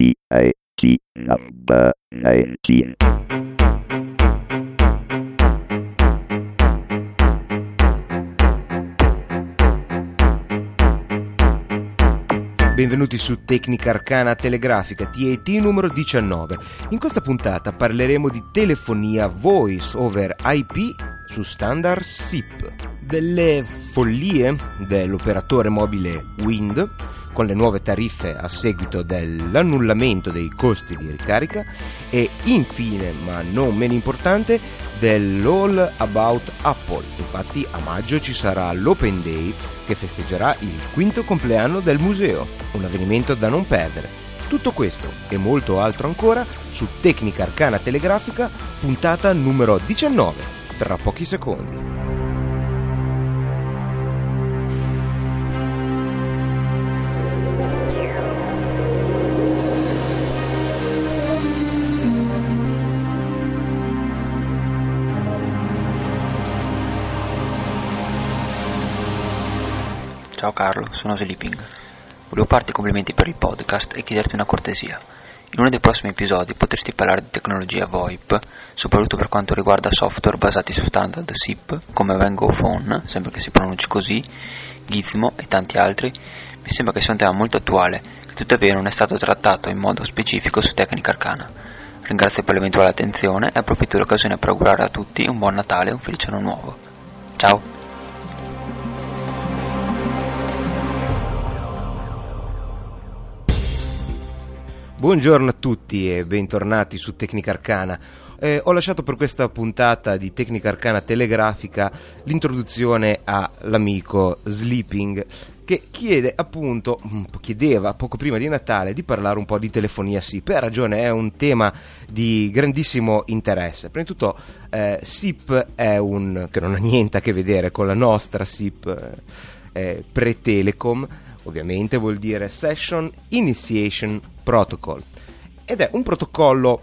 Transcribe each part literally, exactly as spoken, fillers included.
P A T number nineteen. Benvenuti su Tecnica Arcana Telegrafica T A T numero diciannove. In questa puntata parleremo di telefonia Voice over I P su standard S I P, delle follie dell'operatore mobile Wind con le nuove tariffe a seguito dell'annullamento dei costi di ricarica e infine, ma non meno importante, dell'All About Apple. Infatti a maggio ci sarà l'Open Day che festeggerà il quinto compleanno del museo, un avvenimento da non perdere. Tutto questo e molto altro ancora su Tecnica Arcana Telegrafica, puntata numero diciannove, tra pochi secondi. Ciao Carlo, sono Sleeping. Volevo farti i complimenti per il podcast e chiederti una cortesia. In uno dei prossimi episodi potresti parlare di tecnologia VoIP, soprattutto per quanto riguarda software basati su standard S I P, come Vengo Phone, sempre che si pronunci così, Gizmo e tanti altri. Mi sembra che sia un tema molto attuale, che tuttavia non è stato trattato in modo specifico su Tecnica Arcana. Ringrazio per l'eventuale attenzione e approfitto dell'occasione per augurare a tutti un buon Natale e un felice anno nuovo. Ciao! Buongiorno a tutti e bentornati su Tecnica Arcana. Eh, ho lasciato per questa puntata di Tecnica Arcana Telegrafica l'introduzione all'amico Sleeping, che chiede appunto, chiedeva poco prima di Natale di parlare un po' di telefonia S I P. Ha ragione, è un tema di grandissimo interesse. Prima di tutto eh, S I P è un che non ha niente a che vedere con la nostra S I P eh, pre-Telecom. Ovviamente vuol dire Session Initiation Protocol ed è un protocollo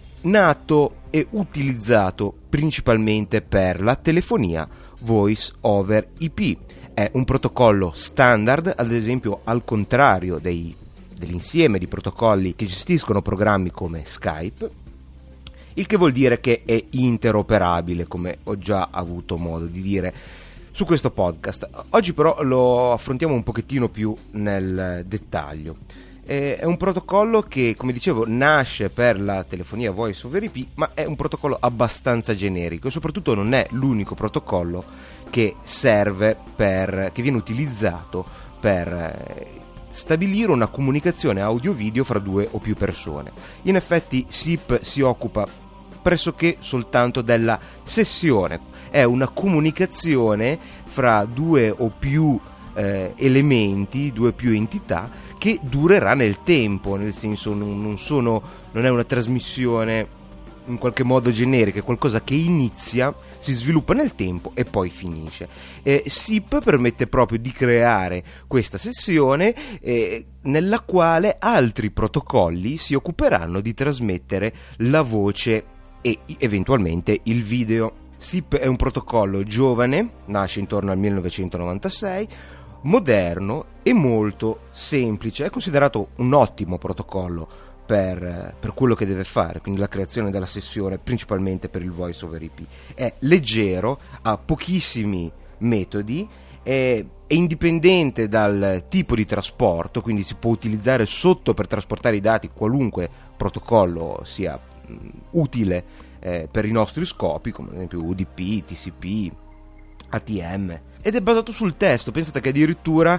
nato e utilizzato principalmente per la telefonia Voice over I P. È un protocollo standard, ad esempio al contrario dei, dell'insieme di protocolli che gestiscono programmi come Skype, il che vuol dire che è interoperabile, come ho già avuto modo di dire su questo podcast. Oggi però lo affrontiamo un pochettino più nel dettaglio. È un protocollo che, come dicevo, nasce per la telefonia Voice over I P, ma è un protocollo abbastanza generico e soprattutto non è l'unico protocollo che serve per, che viene utilizzato per stabilire una comunicazione audio-video fra due o più persone. In effetti S I P si occupa pressoché soltanto della sessione. È una comunicazione fra due o più eh, elementi, due o più entità, che durerà nel tempo, nel senso non, non sono non è una trasmissione in qualche modo generica, è qualcosa che inizia, si sviluppa nel tempo e poi finisce. Eh, S I P permette proprio di creare questa sessione eh, nella quale altri protocolli si occuperanno di trasmettere la voce e eventualmente il video. S I P è un protocollo giovane, nasce intorno al millenovecentonovantasei, moderno e molto semplice. È considerato un ottimo protocollo per, per quello che deve fare, quindi la creazione della sessione principalmente per il voice over I P. È leggero, ha pochissimi metodi, è, è indipendente dal tipo di trasporto, quindi si può utilizzare sotto per trasportare i dati qualunque protocollo sia mh, utile eh, per i nostri scopi, come ad esempio U D P, T C P, A T M, ed è basato sul testo. Pensate che addirittura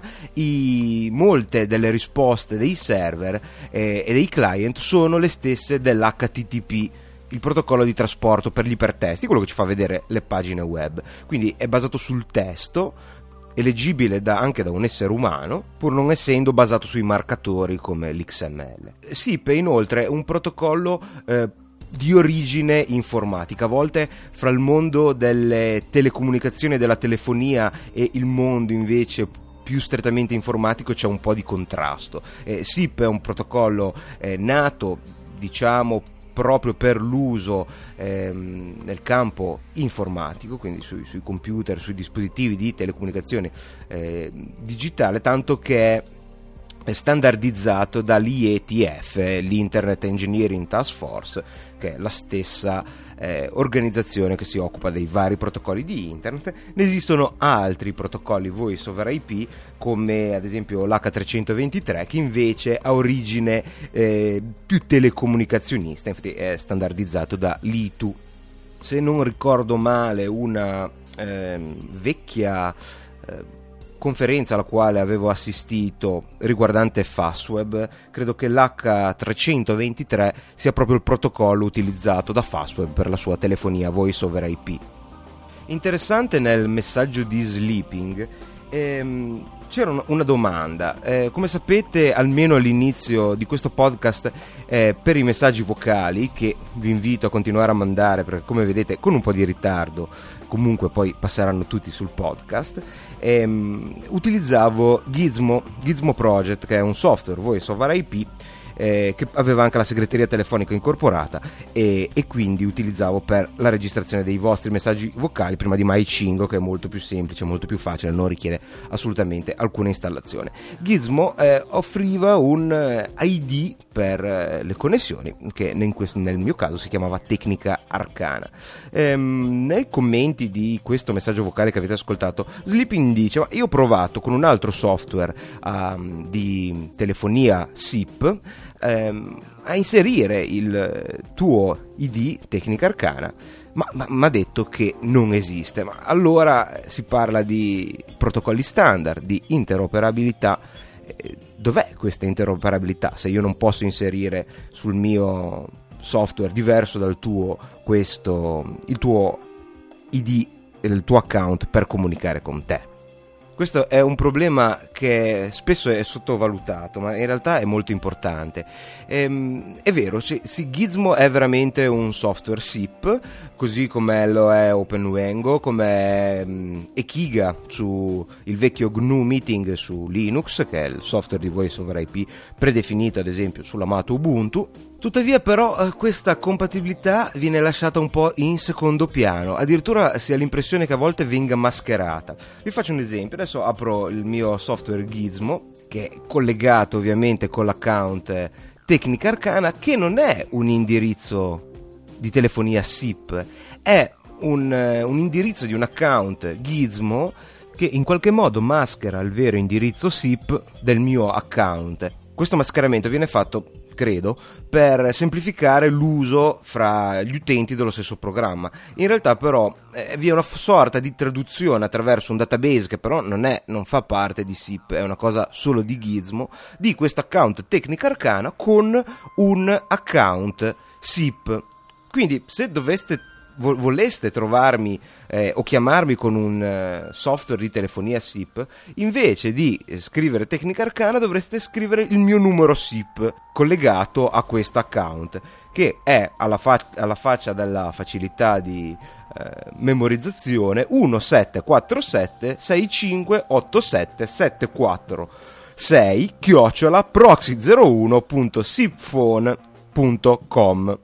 i, molte delle risposte dei server eh, e dei client sono le stesse dell'H T T P, il protocollo di trasporto per gli ipertesti, quello che ci fa vedere le pagine web. Quindi è basato sul testo, è leggibile da, anche da un essere umano, pur non essendo basato sui marcatori come l'X M L. S I P è inoltre un protocollo eh, di origine informatica. A volte fra il mondo delle telecomunicazioni e della telefonia e il mondo invece più strettamente informatico c'è un po' di contrasto. Eh, S I P è un protocollo eh, nato, diciamo, proprio per l'uso ehm, nel campo informatico, quindi sui, sui computer, sui dispositivi di telecomunicazione eh, digitale, tanto che è standardizzato dall'I E T F, l'Internet Engineering Task Force, che è la stessa eh, organizzazione che si occupa dei vari protocolli di internet. Ne esistono altri protocolli voice over I P, come ad esempio l'H trecentoventitré, che invece ha origine eh, più telecomunicazionista, infatti è standardizzato da l'I T U. Se non ricordo male, una eh, vecchia eh, conferenza alla quale avevo assistito riguardante Fastweb, credo che l'H trecentoventitré sia proprio il protocollo utilizzato da Fastweb per la sua telefonia voice over I P. Interessante nel messaggio di Sleeping ehm, c'era una domanda. Eh, come sapete, almeno all'inizio di questo podcast, eh, per i messaggi vocali, che vi invito a continuare a mandare perché, come vedete, con un po' di ritardo, comunque poi passeranno tutti sul podcast, ehm, utilizzavo Gizmo, Gizmo Project, che è un software voice over I P eh, che aveva anche la segreteria telefonica incorporata, e, e quindi utilizzavo per la registrazione dei vostri messaggi vocali prima di MyChingo, che è molto più semplice, molto più facile, non richiede assolutamente alcuna installazione. Gizmo eh, offriva un eh, I D per eh, le connessioni, che in questo, nel mio caso si chiamava Tecnica Arcana. Ehm, nei commenti di questo messaggio vocale che avete ascoltato, Sleeping dice: ma io ho provato con un altro software uh, di telefonia S I P ehm, a inserire il tuo I D Tecnica Arcana, ma mi ha detto che non esiste. Ma allora si parla di protocolli standard, di interoperabilità. Eh, dov'è questa interoperabilità se io non posso inserire sul mio software diverso dal tuo questo il tuo I D e il tuo account per comunicare con te? Questo è un problema che spesso è sottovalutato, ma in realtà è molto importante. Ehm, è vero, sì, sì, Gizmo è veramente un software S I P, così come lo è OpenWango, come è um, Ekiga su il vecchio G N U Meeting su Linux, che è il software di voice over I P predefinito ad esempio sull'amato Ubuntu. Tuttavia però questa compatibilità viene lasciata un po' in secondo piano, addirittura si ha l'impressione che a volte venga mascherata. Vi faccio un esempio: adesso apro il mio software Gizmo, che è collegato ovviamente con l'account Tecnica Arcana, che non è un indirizzo di telefonia S I P, è un, un indirizzo di un account Gizmo che in qualche modo maschera il vero indirizzo S I P del mio account. Questo mascheramento viene fatto, credo, per semplificare l'uso fra gli utenti dello stesso programma. In realtà però eh, vi è una sorta di traduzione attraverso un database che però non è, non fa parte di S I P, è una cosa solo di Gizmo, di questo account Tecnica Arcana con un account S I P. Quindi se doveste vo- voleste trovarmi eh, o chiamarmi con un eh, software di telefonia S I P, invece di scrivere Tecnica Arcana dovreste scrivere il mio numero S I P collegato a questo account, che è alla, fa- alla faccia della facilità di eh, memorizzazione uno sette quattro sette sei cinque otto sette sette quattro sei chiocciola proxy zero uno punto sipphone punto com.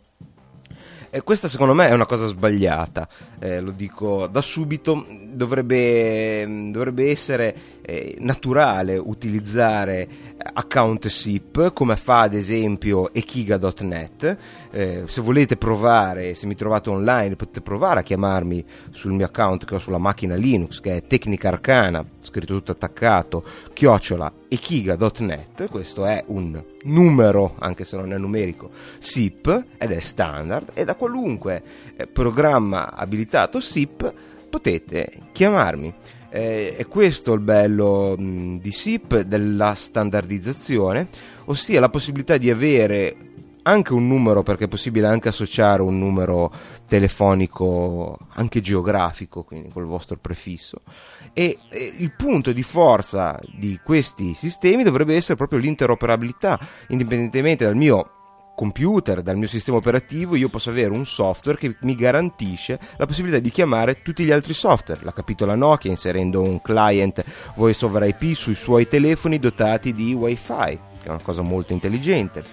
E questa secondo me è una cosa sbagliata, eh, lo dico da subito. Dovrebbe, dovrebbe essere eh, naturale utilizzare account S I P come fa ad esempio Ekiga punto net. Eh, se volete provare, se mi trovate online, potete provare a chiamarmi sul mio account che ho sulla macchina Linux, che è Tecnica Arcana, scritto tutto attaccato, chiocciola Ekiga punto net. Questo è un numero, anche se non è numerico, S I P, ed è standard, e da qualunque eh, programma abilitato S I P potete chiamarmi. Eh, è questo il bello mh, di S I P, della standardizzazione, ossia la possibilità di avere anche un numero, perché è possibile anche associare un numero telefonico anche geografico, quindi col vostro prefisso. E, e il punto di forza di questi sistemi dovrebbe essere proprio l'interoperabilità. Indipendentemente dal mio computer, dal mio sistema operativo, io posso avere un software che mi garantisce la possibilità di chiamare tutti gli altri software. L'ha capito la Nokia inserendo un client voice over I P sui suoi telefoni dotati di Wi-Fi, che è una cosa molto intelligente.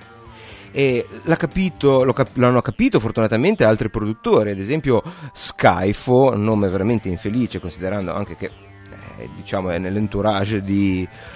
E l'ha capito, lo cap- l'hanno capito fortunatamente altri produttori, ad esempio Skyfo, un nome veramente infelice considerando anche che eh, diciamo è nell'entourage di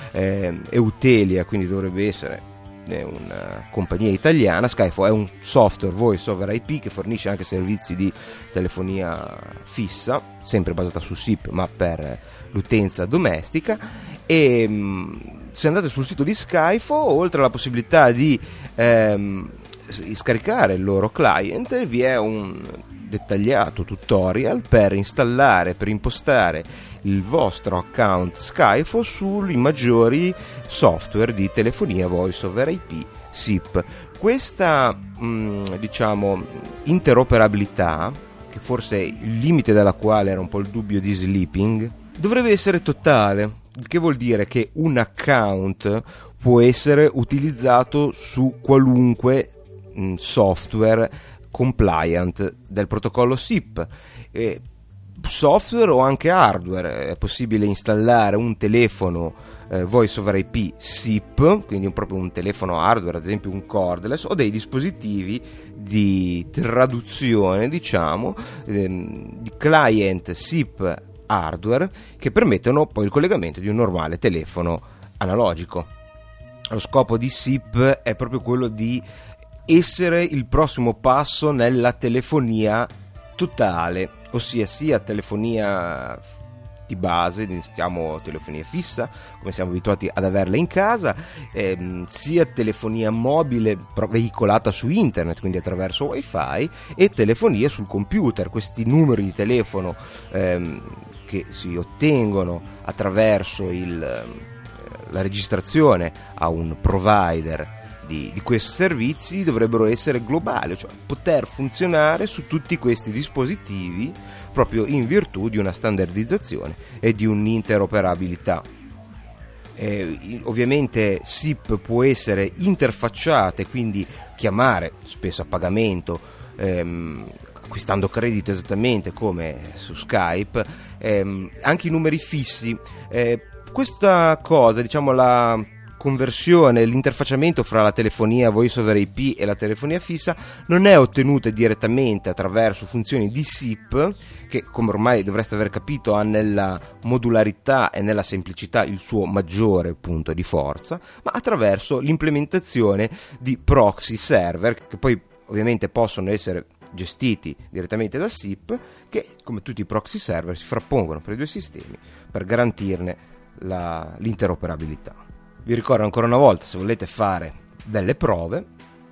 eh, Eutelia, quindi dovrebbe essere una compagnia italiana. Skyfo è un software voice over I P che fornisce anche servizi di telefonia fissa, sempre basata su S I P ma per l'utenza domestica. E mh, se andate sul sito di Skyfo, oltre alla possibilità di ehm, scaricare il loro client, vi è un dettagliato tutorial per installare, per impostare il vostro account Skyfo sui maggiori software di telefonia voice over I P S I P. Questa mh, diciamo interoperabilità, che forse è il limite della quale era un po' il dubbio di Sleeping, dovrebbe essere totale, il che vuol dire che un account può essere utilizzato su qualunque mh, software compliant del protocollo S I P, eh, software o anche hardware. È possibile installare un telefono eh, voice over I P S I P, quindi un, proprio un telefono hardware, ad esempio un cordless, o dei dispositivi di traduzione, diciamo, ehm, di client S I P hardware, che permettono poi il collegamento di un normale telefono analogico. Lo scopo di S I P è proprio quello di essere il prossimo passo nella telefonia totale, ossia sia telefonia di base, diciamo telefonia fissa come siamo abituati ad averla in casa, ehm, sia telefonia mobile veicolata su internet, quindi attraverso wifi, e telefonia sul computer. Questi numeri di telefono ehm, che si ottengono attraverso il, la registrazione a un provider Di, di questi servizi dovrebbero essere globali, cioè poter funzionare su tutti questi dispositivi proprio in virtù di una standardizzazione e di un'interoperabilità. Eh, ovviamente S I P può essere interfacciata e quindi chiamare, spesso a pagamento, ehm, acquistando credito esattamente come su Skype, ehm, anche i numeri fissi. Eh, questa cosa, diciamo la conversione, l'interfacciamento fra la telefonia voice over I P e la telefonia fissa non è ottenuta direttamente attraverso funzioni di S I P, che come ormai dovreste aver capito ha nella modularità e nella semplicità il suo maggiore punto di forza, ma attraverso l'implementazione di proxy server, che poi ovviamente possono essere gestiti direttamente da S I P, che come tutti i proxy server si frappongono fra i due sistemi per garantirne la, l'interoperabilità. Vi ricordo ancora una volta, se volete fare delle prove,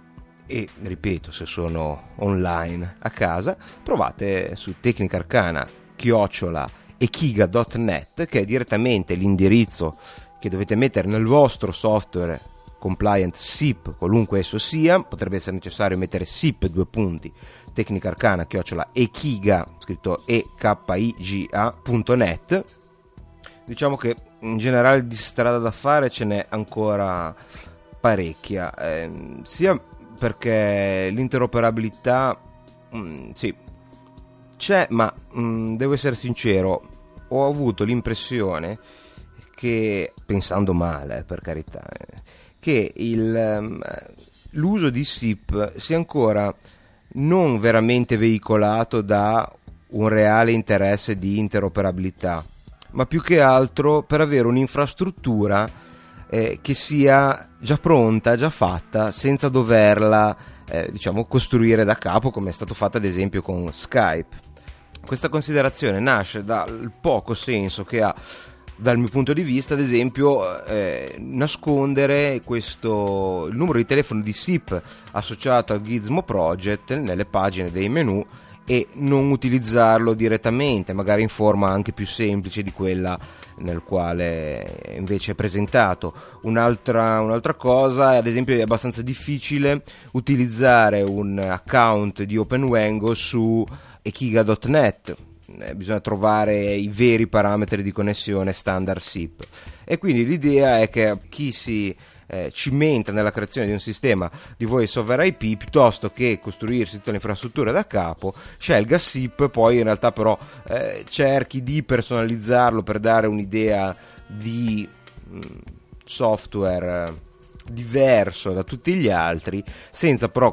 e ripeto, se sono online a casa, provate su tecnicarcana chiocciola echiga punto net, che è direttamente l'indirizzo che dovete mettere nel vostro software compliant S I P, qualunque esso sia. Potrebbe essere necessario mettere S I P due punti tecnicarcana chiocciola echiga, scritto e k i g a punto net. Diciamo che in generale di strada da fare ce n'è ancora parecchia, eh, sia perché l'interoperabilità mh, sì c'è, ma mh, devo essere sincero, ho avuto l'impressione che, pensando male per carità, eh, che il, um, l'uso di S I P sia ancora non veramente veicolato da un reale interesse di interoperabilità, ma più che altro per avere un'infrastruttura eh, che sia già pronta, già fatta, senza doverla eh, diciamo costruire da capo, come è stato fatto ad esempio con Skype. Questa considerazione nasce dal poco senso che ha, dal mio punto di vista, ad esempio, eh, nascondere questo il numero di telefono di S I P associato al Gizmo Project nelle pagine dei menu e non utilizzarlo direttamente, magari in forma anche più semplice di quella nel quale invece è presentato. Un'altra, un'altra cosa, ad esempio, è abbastanza difficile utilizzare un account di OpenWango su echiga punto net. Eh, bisogna trovare i veri parametri di connessione standard S I P, e quindi l'idea è che chi si eh, cimenta nella creazione di un sistema di voice over I P, piuttosto che costruirsi tutta l'infrastruttura da capo, scelga S I P, poi in realtà però eh, cerchi di personalizzarlo per dare un'idea di mh, software diverso da tutti gli altri, senza però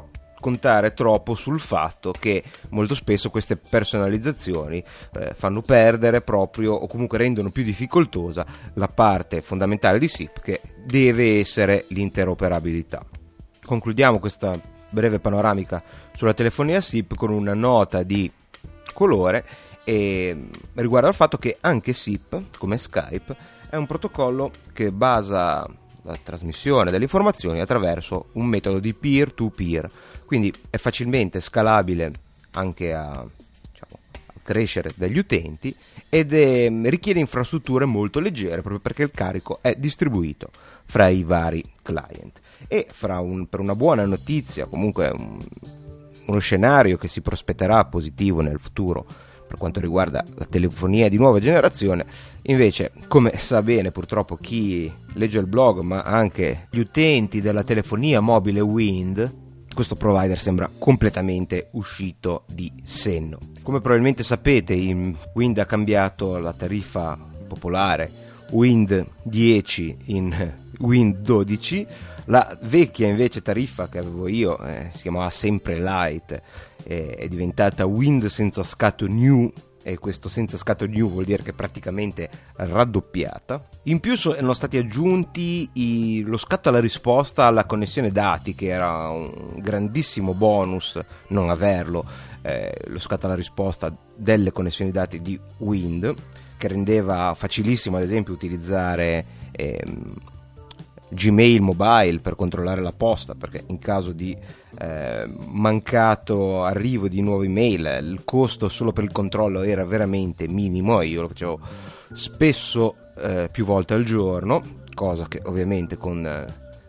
contare troppo sul fatto che molto spesso queste personalizzazioni eh, fanno perdere proprio, o comunque rendono più difficoltosa, la parte fondamentale di S I P, che deve essere l'interoperabilità. Concludiamo questa breve panoramica sulla telefonia S I P con una nota di colore e riguardo al fatto che anche S I P, come Skype, è un protocollo che basa la trasmissione delle informazioni attraverso un metodo di peer-to-peer, quindi è facilmente scalabile anche a, diciamo, a crescere degli utenti ed è, richiede infrastrutture molto leggere proprio perché il carico è distribuito fra i vari client. E fra un, per una buona notizia, comunque un, uno scenario che si prospetterà positivo nel futuro per quanto riguarda la telefonia di nuova generazione, invece, come sa bene purtroppo chi legge il blog, ma anche gli utenti della telefonia mobile Wind, questo provider sembra completamente uscito di senno. Come probabilmente sapete, Wind ha cambiato la tariffa popolare Wind dieci in Wind dodici, la vecchia invece tariffa che avevo io eh, si chiamava sempre Lite, eh, è diventata Wind senza scatto New, e questo senza scatto New vuol dire che è praticamente raddoppiata. In più sono stati aggiunti i, lo scatto alla risposta alla connessione dati, che era un grandissimo bonus non averlo, eh, lo scatto alla risposta delle connessioni dati di Wind, che rendeva facilissimo ad esempio utilizzare ehm, Gmail mobile per controllare la posta, perché in caso di eh, mancato arrivo di nuove email il costo solo per il controllo era veramente minimo e io lo facevo spesso eh, più volte al giorno, cosa che ovviamente con eh,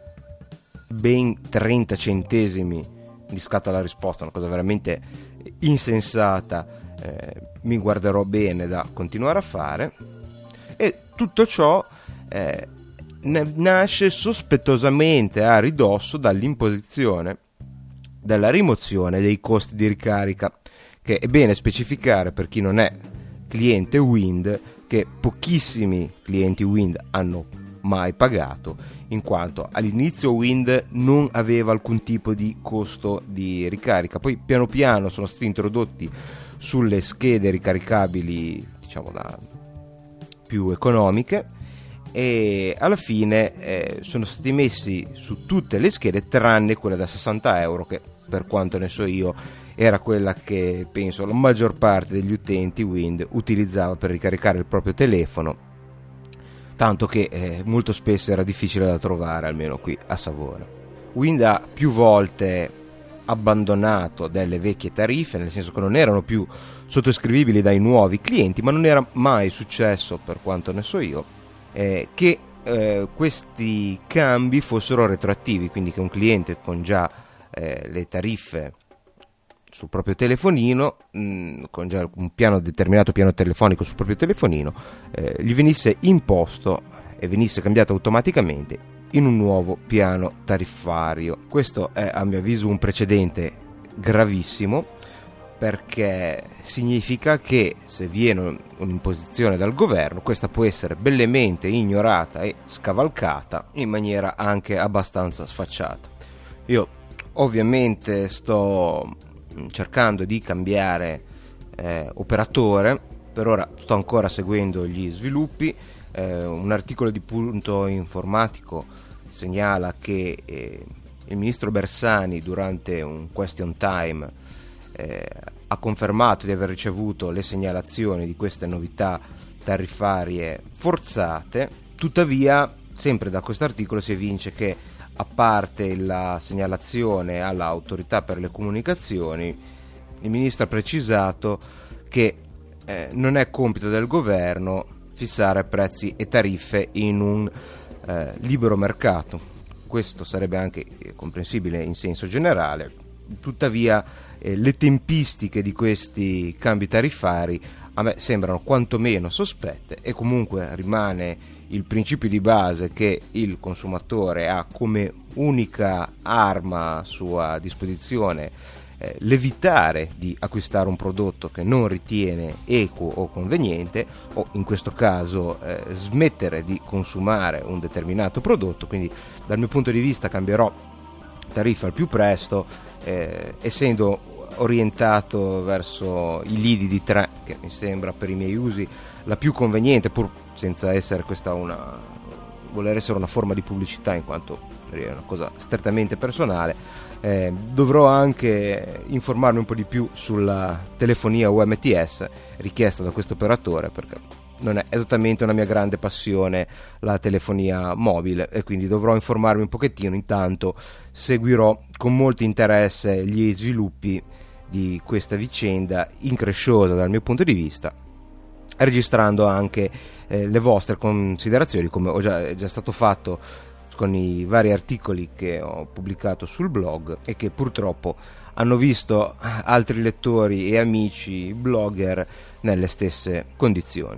ben trenta centesimi di scatto alla risposta, una cosa veramente insensata, eh, mi guarderò bene da continuare a fare. E tutto ciò eh, nasce sospettosamente a ridosso dall'imposizione della rimozione dei costi di ricarica, che è bene specificare per chi non è cliente Wind che pochissimi clienti Wind hanno mai pagato, in quanto all'inizio Wind non aveva alcun tipo di costo di ricarica, poi piano piano sono stati introdotti sulle schede ricaricabili, diciamo, da più economiche, e alla fine eh, sono stati messi su tutte le schede tranne quella da sessanta euro, che per quanto ne so io era quella che penso la maggior parte degli utenti Wind utilizzava per ricaricare il proprio telefono, tanto che eh, molto spesso era difficile da trovare, almeno qui a Savona. Wind ha più volte abbandonato delle vecchie tariffe, nel senso che non erano più sottoscrivibili dai nuovi clienti, ma non era mai successo, per quanto ne so io, Eh, che eh, questi cambi fossero retroattivi, quindi che un cliente con già eh, le tariffe sul proprio telefonino, mh, con già un piano determinato piano telefonico sul proprio telefonino, eh, gli venisse imposto e venisse cambiato automaticamente in un nuovo piano tariffario. Questo è a mio avviso un precedente gravissimo, perché significa che se viene un'imposizione dal governo, questa può essere bellemente ignorata e scavalcata in maniera anche abbastanza sfacciata. Io ovviamente sto cercando di cambiare eh, operatore, per ora sto ancora seguendo gli sviluppi. Eh, un articolo di Punto Informatico segnala che eh, il ministro Bersani durante un question time Eh, ha confermato di aver ricevuto le segnalazioni di queste novità tariffarie forzate. Tuttavia, sempre da questo articolo si evince che, a parte la segnalazione all'autorità per le comunicazioni, il ministro ha precisato che eh, non è compito del governo fissare prezzi e tariffe in un eh, libero mercato. Questo sarebbe anche comprensibile in senso generale. Tuttavia eh, le tempistiche di questi cambi tariffari a me sembrano quantomeno sospette, e comunque rimane il principio di base che il consumatore ha come unica arma a sua disposizione eh, l'evitare di acquistare un prodotto che non ritiene equo o conveniente, o in questo caso eh, smettere di consumare un determinato prodotto. Quindi dal mio punto di vista cambierò tariffa al più presto, eh, essendo orientato verso i lidi di tre, che mi sembra per i miei usi la più conveniente, pur senza essere questa una voler essere una forma di pubblicità, in quanto è una cosa strettamente personale. Eh, dovrò anche informarmi un po' di più sulla telefonia U M T S richiesta da questo operatore, perché non è esattamente una mia grande passione la telefonia mobile, e quindi dovrò informarmi un pochettino. Intanto seguirò con molto interesse gli sviluppi di questa vicenda incresciosa dal mio punto di vista, registrando anche eh, le vostre considerazioni, come ho già, è già stato fatto con i vari articoli che ho pubblicato sul blog e che purtroppo hanno visto altri lettori e amici blogger nelle stesse condizioni.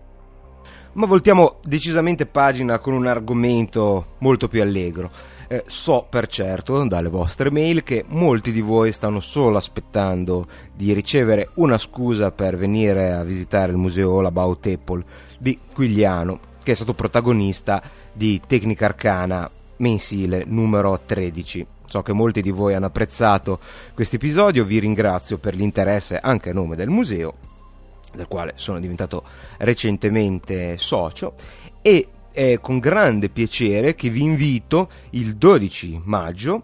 Ma voltiamo decisamente pagina con un argomento molto più allegro. Eh, so per certo dalle vostre mail che molti di voi stanno solo aspettando di ricevere una scusa per venire a visitare il museo All About Apple di Quigliano, che è stato protagonista di Tecnica Arcana mensile numero tredici. So che molti di voi hanno apprezzato questo episodio, vi ringrazio per l'interesse anche a nome del museo, del quale sono diventato recentemente socio, e è con grande piacere che vi invito il dodici maggio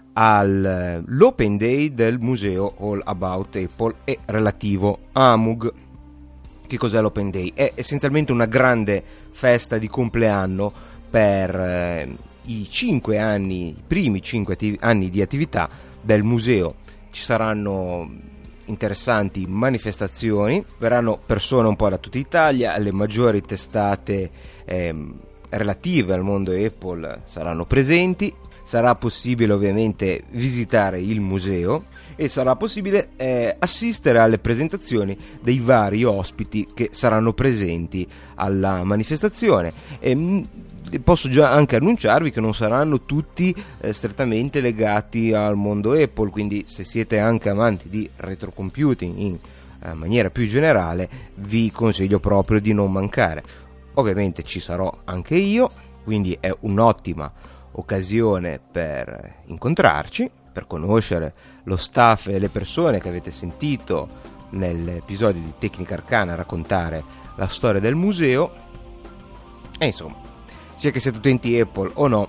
all'Open Day del museo All About Apple e relativo A M U G. Che cos'è l'Open Day? È essenzialmente una grande festa di compleanno per eh, i cinque anni, i primi cinque atti- anni di attività del museo. Ci saranno interessanti manifestazioni, verranno persone un po' da tutta Italia, le maggiori testate ehm, relative al mondo Apple saranno presenti, sarà possibile ovviamente visitare il museo e sarà possibile eh, assistere alle presentazioni dei vari ospiti che saranno presenti alla manifestazione. E mh, posso già anche annunciarvi che non saranno tutti eh, strettamente legati al mondo Apple, quindi se siete anche amanti di retrocomputing in eh, maniera più generale, vi consiglio proprio di non mancare. Ovviamente ci sarò anche io, quindi è un'ottima occasione per incontrarci, per conoscere lo staff e le persone che avete sentito nell'episodio di Tecnica Arcana raccontare la storia del museo. E insomma, sia che siete utenti Apple o no,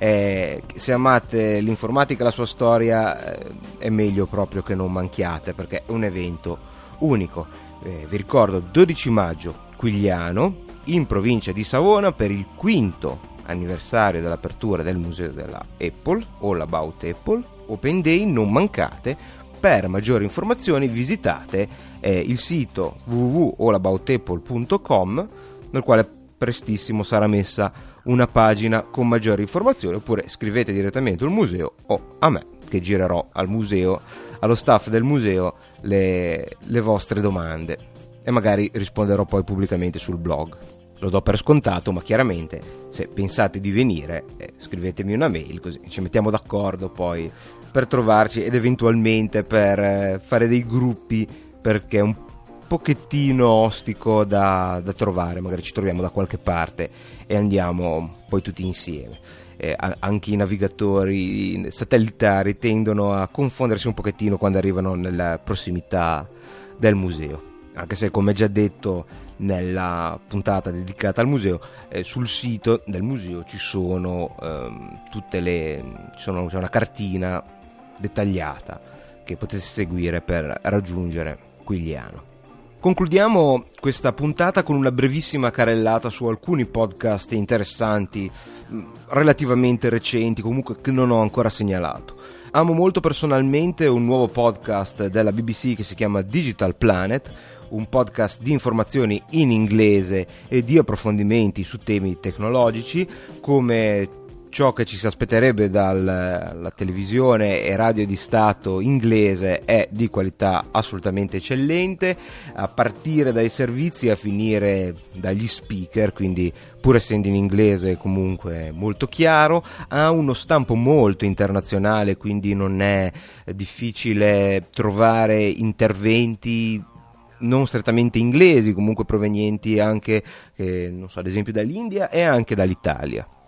eh, se amate l'informatica e la sua storia, eh, è meglio proprio che non manchiate, perché è un evento unico. Eh, vi ricordo dodici maggio, Quigliano, in provincia di Savona, per il quinto anniversario dell'apertura del museo della Apple, All About Apple, Open Day, non mancate. Per maggiori informazioni visitate eh, il sito w w w punto all about apple punto com, nel quale prestissimo sarà messa una pagina con maggiori informazioni, oppure scrivete direttamente al museo o a me, che girerò al museo, allo staff del museo, le, le vostre domande, e magari risponderò poi pubblicamente sul blog. Lo do per scontato, ma chiaramente se pensate di venire eh, scrivetemi una mail, così ci mettiamo d'accordo poi per trovarci ed eventualmente per eh, fare dei gruppi, perché è un pochettino ostico da, da trovare. Magari ci troviamo da qualche parte e andiamo poi tutti insieme. Eh, anche i navigatori satellitari tendono a confondersi un pochettino quando arrivano nella prossimità del museo, anche se, come già detto nella puntata dedicata al museo, eh, sul sito del museo ci sono ehm, tutte le ci sono, c'è una cartina dettagliata che potete seguire per raggiungere Quigliano. Concludiamo questa puntata con una brevissima carrellata su alcuni podcast interessanti, relativamente recenti, comunque che non ho ancora segnalato. Amo molto personalmente un nuovo podcast della B B C che si chiama Digital Planet, un podcast di informazioni in inglese e di approfondimenti su temi tecnologici, come ciò che ci si aspetterebbe dalla televisione e radio di Stato inglese. È di qualità assolutamente eccellente, a partire dai servizi a finire dagli speaker, quindi pur essendo in inglese comunque molto chiaro. Ha uno stampo molto internazionale, quindi non è difficile trovare interventi non strettamente inglesi, comunque provenienti anche, eh, non so, ad esempio dall'India e anche dall'Italia.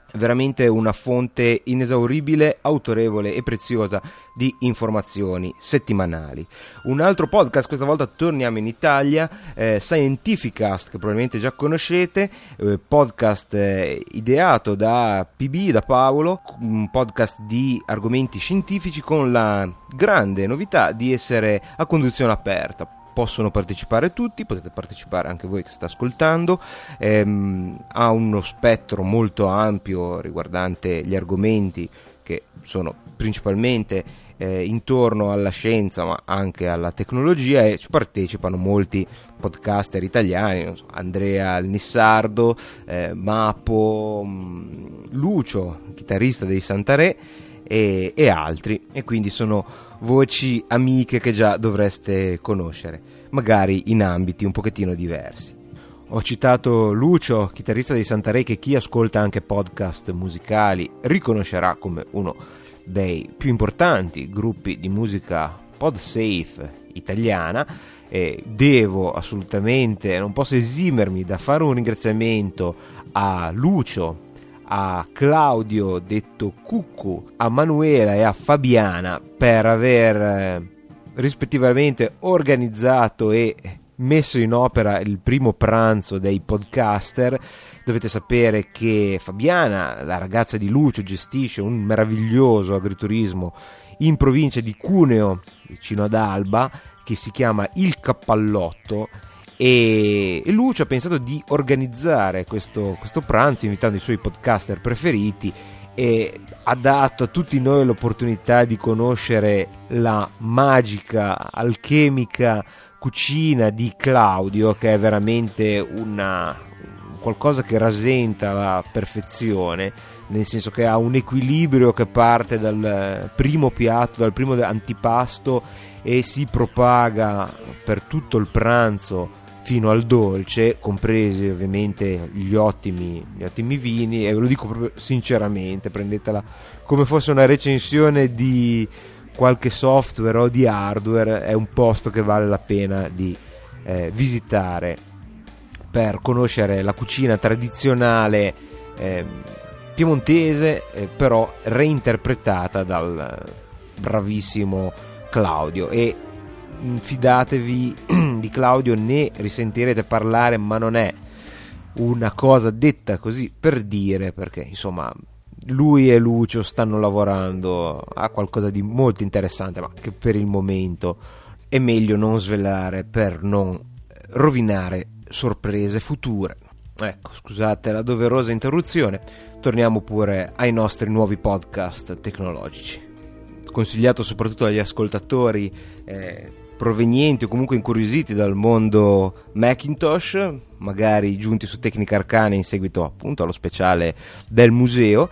veramente una fonte inesauribile, autorevole e preziosa di informazioni settimanali. Un altro podcast, questa volta torniamo in Italia, eh, Scientificast, che probabilmente già conoscete, eh, podcast eh, ideato da P B, da Paolo, un podcast di argomenti scientifici con la grande novità di essere a conduzione aperta. Possono partecipare tutti, potete partecipare anche voi che state ascoltando, ehm, ha uno spettro molto ampio riguardante gli argomenti che sono principalmente eh, intorno alla scienza ma anche alla tecnologia, e ci partecipano molti podcaster italiani, non so, Andrea il Nissardo, eh, Mapo, mh, Lucio, chitarrista dei Santaré, e, e altri, e quindi sono voci amiche che già dovreste conoscere, magari in ambiti un pochettino diversi. Ho citato Lucio, chitarrista dei Santaré, che chi ascolta anche podcast musicali riconoscerà come uno dei più importanti gruppi di musica podsafe italiana, e devo assolutamente, non posso esimermi da fare un ringraziamento a Lucio, a Claudio detto Cuccu, a Manuela e a Fabiana per aver eh, rispettivamente organizzato e messo in opera il primo pranzo dei podcaster. Dovete sapere che Fabiana, la ragazza di Lucio, gestisce un meraviglioso agriturismo in provincia di Cuneo, vicino ad Alba, che si chiama Il Cappallotto, e Lucio ha pensato di organizzare questo, questo pranzo invitando i suoi podcaster preferiti, e ha dato a tutti noi l'opportunità di conoscere la magica, alchemica cucina di Claudio, che è veramente una qualcosa che rasenta la perfezione, nel senso che ha un equilibrio che parte dal primo piatto, dal primo antipasto, e si propaga per tutto il pranzo fino al dolce, compresi ovviamente gli ottimi, gli ottimi vini, e ve lo dico proprio sinceramente, prendetela come fosse una recensione di qualche software o di hardware, è un posto che vale la pena di eh, visitare per conoscere la cucina tradizionale eh, piemontese, eh, però reinterpretata dal bravissimo Claudio. E fidatevi di Claudio, ne risentirete parlare, ma non è una cosa detta così per dire, perché insomma lui e Lucio stanno lavorando a qualcosa di molto interessante, ma che per il momento è meglio non svelare per non rovinare sorprese future. Ecco, scusate la doverosa interruzione, torniamo pure ai nostri nuovi podcast tecnologici, consigliato soprattutto agli ascoltatori eh, provenienti o comunque incuriositi dal mondo Macintosh, magari giunti su Tecnica Arcana in seguito appunto allo speciale del museo.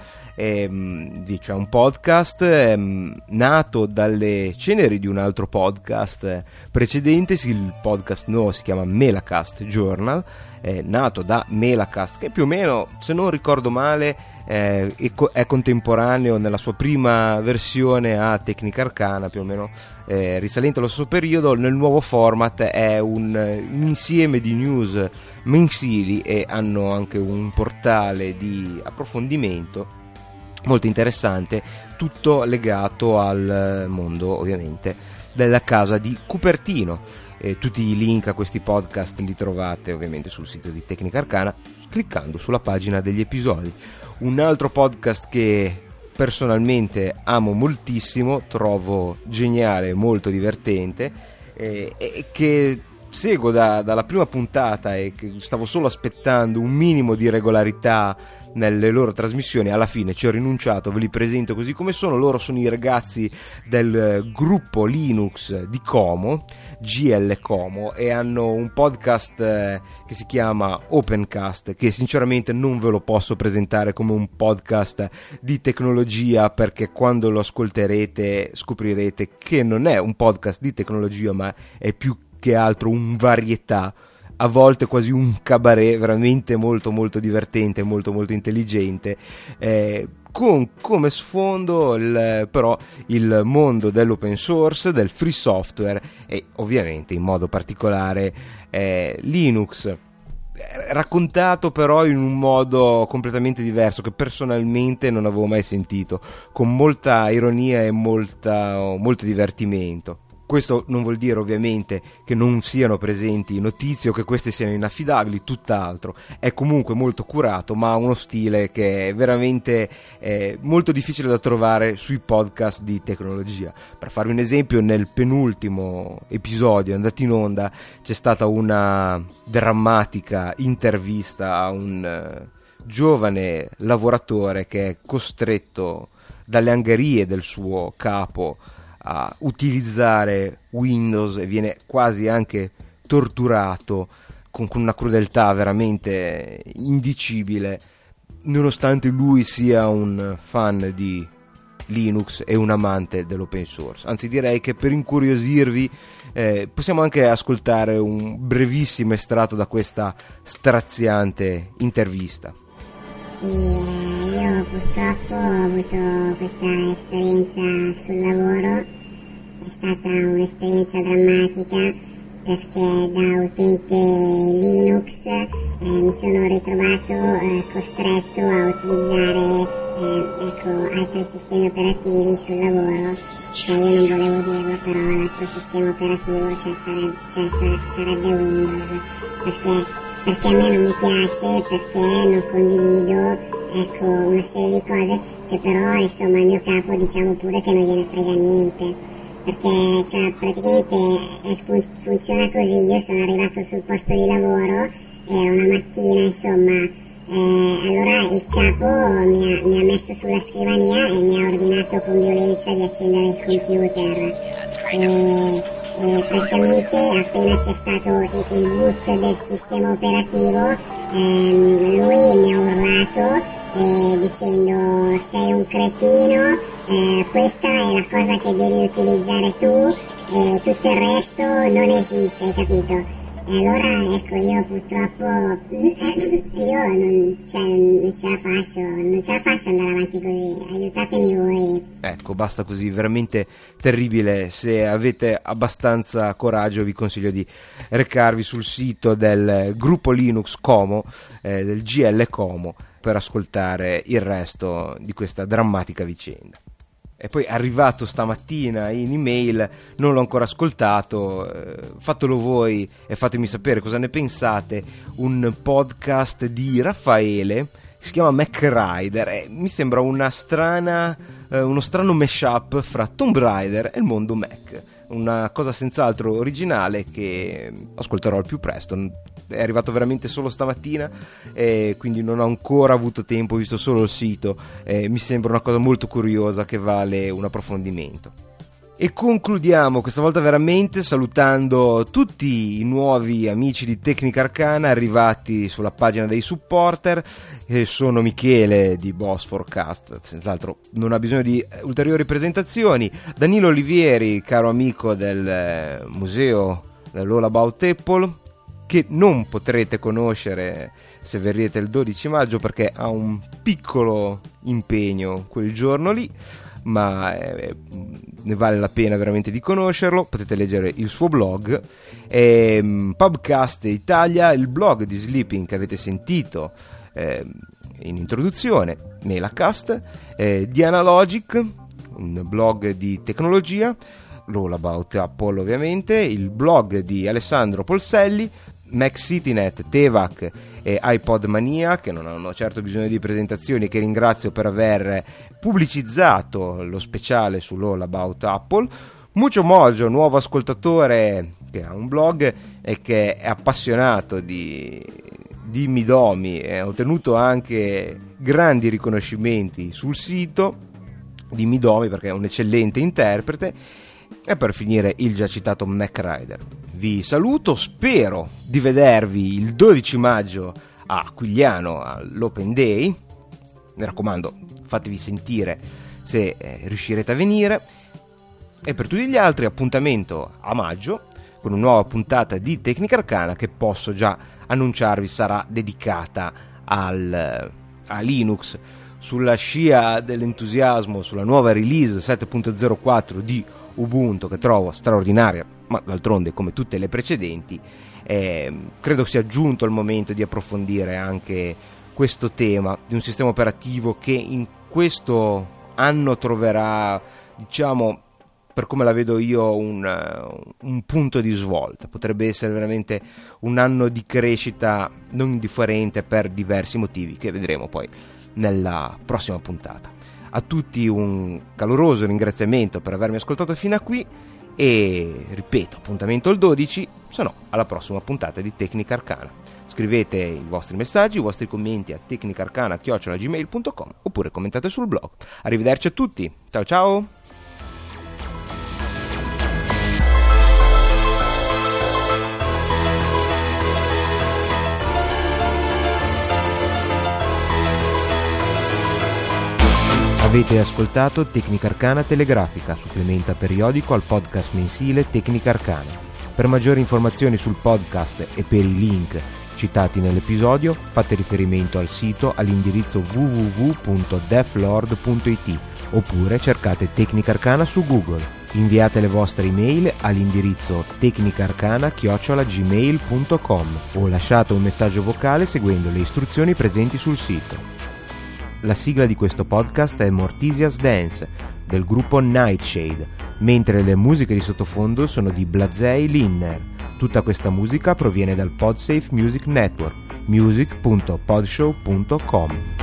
Ehm, c'è un podcast ehm, nato dalle ceneri di un altro podcast precedente. Il podcast nuovo si chiama Melacast Journal, è nato da Melacast, che più o meno, se non ricordo male, eh, è, co- è contemporaneo nella sua prima versione a Tecnica Arcana, più o meno eh, risalente allo stesso periodo. Nel nuovo format è un, un insieme di news mensili, e hanno anche un portale di approfondimento molto interessante, tutto legato al mondo ovviamente della casa di Cupertino. E tutti i link a questi podcast li trovate ovviamente sul sito di Tecnica Arcana cliccando sulla pagina degli episodi. Un altro podcast che personalmente amo moltissimo, trovo geniale, molto divertente, e, e che seguo da, dalla prima puntata, e che stavo solo aspettando un minimo di regolarità nelle loro trasmissioni. Alla fine ci ho rinunciato, ve li presento così come sono. Loro sono i ragazzi del gruppo Linux di Como, G L Como, e hanno un podcast eh, che si chiama Opencast, che sinceramente non ve lo posso presentare come un podcast di tecnologia, perché quando lo ascolterete scoprirete che non è un podcast di tecnologia, ma è più che altro un varietà, a volte quasi un cabaret, veramente molto molto divertente, molto molto intelligente, eh, con come sfondo il, però il mondo dell'open source, del free software, e ovviamente in modo particolare eh, Linux. raccontato però in un modo completamente diverso che personalmente non avevo mai sentito, con molta ironia e molta, molto divertimento. Questo non vuol dire ovviamente che non siano presenti notizie o che queste siano inaffidabili, tutt'altro. È comunque molto curato, ma ha uno stile che è veramente eh, molto difficile da trovare sui podcast di tecnologia. Per farvi un esempio, nel penultimo episodio andato in onda c'è stata una drammatica intervista a un eh, giovane lavoratore che è costretto dalle angherie del suo capo a utilizzare Windows e viene quasi anche torturato con, con una crudeltà veramente indicibile, nonostante lui sia un fan di Linux e un amante dell'open source. Anzi, direi che per incuriosirvi eh, possiamo anche ascoltare un brevissimo estratto da questa straziante intervista. Sì, io purtroppo ho avuto questa esperienza sul lavoro, è stata un'esperienza drammatica perché da utente Linux eh, mi sono ritrovato eh, costretto a utilizzare eh, ecco, altri sistemi operativi sul lavoro. Cioè, io non volevo dirlo, però l'altro sistema operativo cioè, sarebbe, cioè, sarebbe Windows, perché perché a me non mi piace, perché non condivido ecco, una serie di cose che però insomma il mio capo diciamo pure che non gliene frega niente, perché cioè, praticamente è, fun- funziona così. Io sono arrivato sul posto di lavoro, era una mattina insomma, eh, allora il capo mi ha, mi ha messo sulla scrivania e mi ha ordinato con violenza di accendere il computer e E praticamente appena c'è stato il, il boot del sistema operativo ehm, lui mi ha urlato eh, dicendo sei un cretino, eh, questa è la cosa che devi utilizzare tu e tutto il resto non esiste, hai capito? E allora ecco, io purtroppo io non, cioè, non ce la faccio, non ce la faccio andare avanti così, aiutatemi voi. Ecco, basta così, veramente terribile. Se avete abbastanza coraggio vi consiglio di recarvi sul sito del gruppo Linux Como, eh, del G L Como, per ascoltare il resto di questa drammatica vicenda. E poi arrivato stamattina in email, non l'ho ancora ascoltato, eh, fatelo voi e fatemi sapere cosa ne pensate, un podcast di Raffaele, si chiama Mac Rider, e mi sembra una strana, eh, uno strano mashup fra Tomb Raider e il mondo Mac, una cosa senz'altro originale che ascolterò al più presto. È arrivato veramente solo stamattina e quindi non ho ancora avuto tempo, ho visto solo il sito, e mi sembra una cosa molto curiosa che vale un approfondimento. E concludiamo questa volta veramente salutando tutti i nuovi amici di Tecnica Arcana arrivati sulla pagina dei supporter. E sono Michele di Boss Forecast, senz'altro non ha bisogno di ulteriori presentazioni, Danilo Olivieri, caro amico del museo dell'All About Apple, che non potrete conoscere se verrete il dodici maggio perché ha un piccolo impegno quel giorno lì, ma eh, ne vale la pena veramente di conoscerlo. Potete leggere il suo blog, e, Pubcast Italia, il blog di Sleeping che avete sentito eh, in introduzione, Mailacast, eh, Dianalogic, un blog di tecnologia, l'All About Apple ovviamente, il blog di Alessandro Polselli, MacCityNet, Tevac e iPod Mania, che non hanno certo bisogno di presentazioni, che ringrazio per aver pubblicizzato lo speciale sull'All About Apple. Mucho Mojo, nuovo ascoltatore che ha un blog e che è appassionato di dimmi domi e ha ottenuto anche grandi riconoscimenti sul sito dimmi domi perché è un eccellente interprete. E per finire il già citato Mac Rider. Vi saluto, spero di vedervi il dodici maggio a Quigliano all'Open Day. Mi raccomando, fatevi sentire se eh, riuscirete a venire. E per tutti gli altri, appuntamento a maggio con una nuova puntata di Tecnica Arcana che posso già annunciarvi sarà dedicata al, a Linux, sulla scia dell'entusiasmo sulla nuova release sette punto zero quattro di Ubuntu, che trovo straordinaria, ma d'altronde come tutte le precedenti, eh, credo sia giunto il momento di approfondire anche questo tema di un sistema operativo che in questo anno troverà, diciamo, per come la vedo io, un, un punto di svolta. Potrebbe essere veramente un anno di crescita non indifferente per diversi motivi che vedremo poi nella prossima puntata. A tutti un caloroso ringraziamento per avermi ascoltato fino a qui e ripeto, appuntamento il dodici, se no alla prossima puntata di Tecnica Arcana. Scrivete i vostri messaggi, i vostri commenti a tecnicarcana chiocciola gmail punto com oppure commentate sul blog. Arrivederci a tutti, ciao ciao! Avete ascoltato Tecnica Arcana Telegrafica, supplementa periodico al podcast mensile Tecnica Arcana. Per maggiori informazioni sul podcast e per i link citati nell'episodio, fate riferimento al sito all'indirizzo w w w punto deflord punto i t oppure cercate Tecnica Arcana su Google. Inviate le vostre email all'indirizzo tecnicarcana chiocciola gmail punto com o lasciate un messaggio vocale seguendo le istruzioni presenti sul sito. La sigla di questo podcast è Mortisia's Dance del gruppo Nightshade, mentre le musiche di sottofondo sono di Blazei Linner. Tutta questa musica proviene dal Podsafe Music Network, music punto podshow punto com.